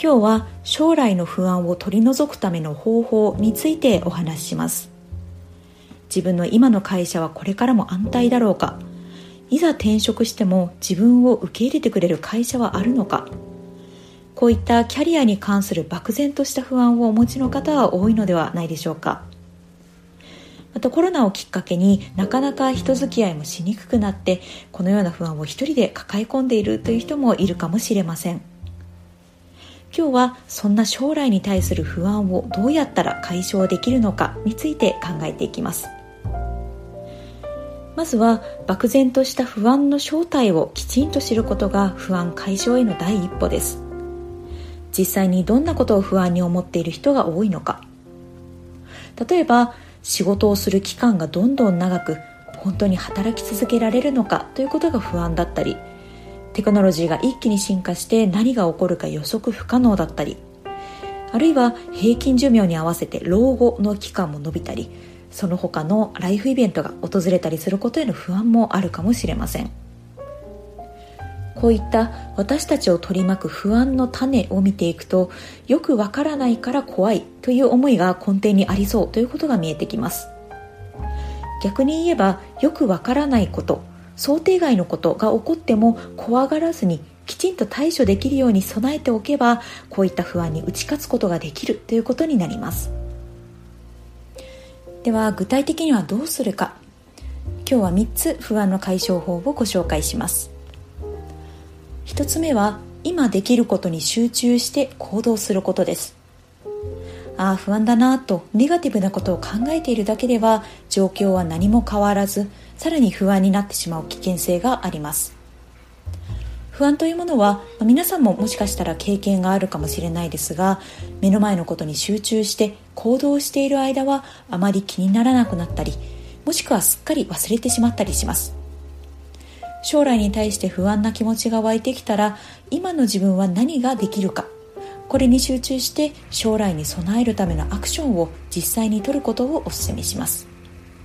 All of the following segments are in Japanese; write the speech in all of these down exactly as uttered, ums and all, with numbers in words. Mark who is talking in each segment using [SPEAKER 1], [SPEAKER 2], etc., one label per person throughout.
[SPEAKER 1] 今日は将来の不安を取り除くための方法についてお話しします。自分の今の会社はこれからも安泰だろうか、いざ転職しても自分を受け入れてくれる会社はあるのか、こういったキャリアに関する漠然とした不安をお持ちの方は多いのではないでしょうか。またコロナをきっかけになかなか人付き合いもしにくくなって、このような不安を一人で抱え込んでいるという人もいるかもしれません。今日はそんな将来に対する不安をどうやったら解消できるのかについて考えていきます。まずは漠然とした不安の正体をきちんと知ることが不安解消への第一歩です。実際にどんなことを不安に思っている人が多いのか。例えば仕事をする期間がどんどん長く、本当に働き続けられるのかということが不安だったり、テクノロジーが一気に進化して何が起こるか予測不可能だったり、あるいは平均寿命に合わせて老後の期間も伸びたり、その他のライフイベントが訪れたりすることへの不安もあるかもしれません。こういった私たちを取り巻く不安の種を見ていくと、よくわからないから怖いという思いが根底にありそうということが見えてきます。逆に言えば、よくわからないこと、想定外のことが起こっても怖がらずにきちんと対処できるように備えておけば、こういった不安に打ち勝つことができるということになります。では具体的にはどうするか。今日はみっつ不安の解消法をご紹介します。ひとつめは今できることに集中して行動することです。ああ不安だなとネガティブなことを考えているだけでは状況は何も変わらず、さらに不安になってしまう危険性があります。不安というものは皆さんももしかしたら経験があるかもしれないですが、目の前のことに集中して行動している間はあまり気にならなくなったり、もしくはすっかり忘れてしまったりします。将来に対して不安な気持ちが湧いてきたら、今の自分は何ができるか、これに集中して将来に備えるためのアクションを実際に取ることをお勧めします。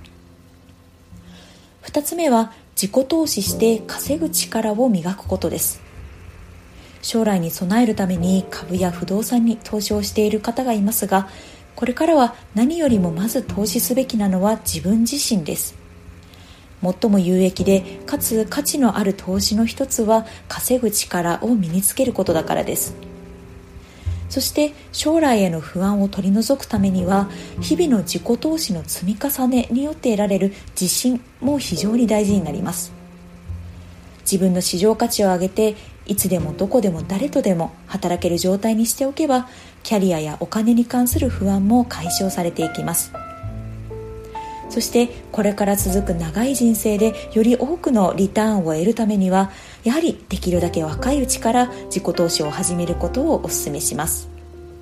[SPEAKER 1] 二つ目は自己投資して稼ぐ力を磨くことです。将来に備えるために株や不動産に投資をしている方がいますが、これからは何よりもまず投資すべきなのは自分自身です。最も有益でかつ価値のある投資の一つは稼ぐ力を身につけることだからです。そして将来への不安を取り除くためには、日々の自己投資の積み重ねによって得られる自信も非常に大事になります。自分の市場価値を上げて、いつでもどこでも誰とでも働ける状態にしておけば、キャリアやお金に関する不安も解消されていきます。そしてこれから続く長い人生でより多くのリターンを得るためには、やはりできるだけ若いうちから自己投資を始めることをお勧めします。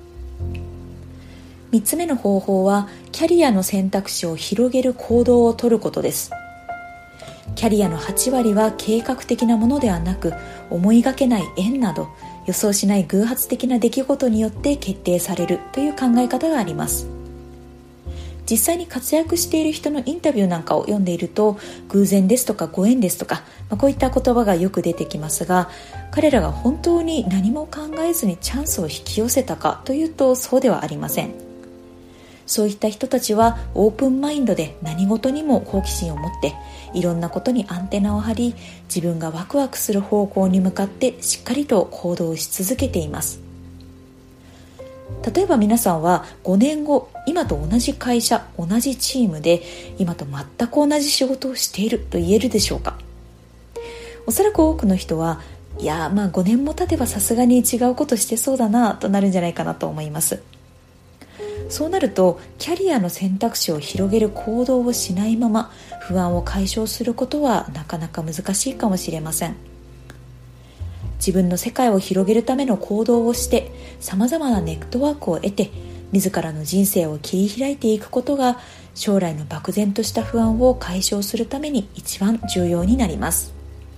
[SPEAKER 1] みっつめの方法はキャリアの選択肢を広げる行動をとることです。キャリアのはちわりは計画的なものではなく、思いがけない縁など予想しない偶発的な出来事によって決定されるという考え方があります。実際に活躍している人のインタビューなんかを読んでいると、偶然ですとかご縁ですとか、まあ、こういった言葉がよく出てきますが、彼らが本当に何も考えずにチャンスを引き寄せたかというと、そうではありません。そういった人たちはオープンマインドで何事にも好奇心を持って、いろんなことにアンテナを張り、自分がワクワクする方向に向かってしっかりと行動し続けています。例えば皆さんはごねんご、今と同じ会社、同じチームで今と全く同じ仕事をしていると言えるでしょうか。おそらく多くの人は、いやまあごねんも経てばさすがに違うことしてそうだなとなるんじゃないかなと思います。そうなるとキャリアの選択肢を広げる行動をしないまま不安を解消することはなかなか難しいかもしれません。自分の世界を広げるための行動をして、様々なネットワークを得て、自らの人生を切り開いていくことが、将来の漠然とした不安を解消するために一番重要になります。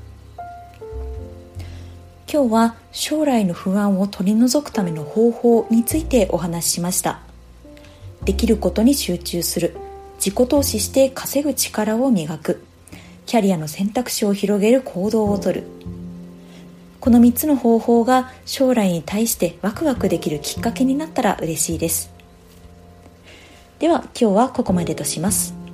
[SPEAKER 1] 今日は将来の不安を取り除くための方法についてお話ししました。できることに集中する、自己投資して稼ぐ力を磨く、キャリアの選択肢を広げる行動をとる、 このみっつの方法が将来に対してワクワクできるきっかけになったら嬉しいです。では今日はここまでとします。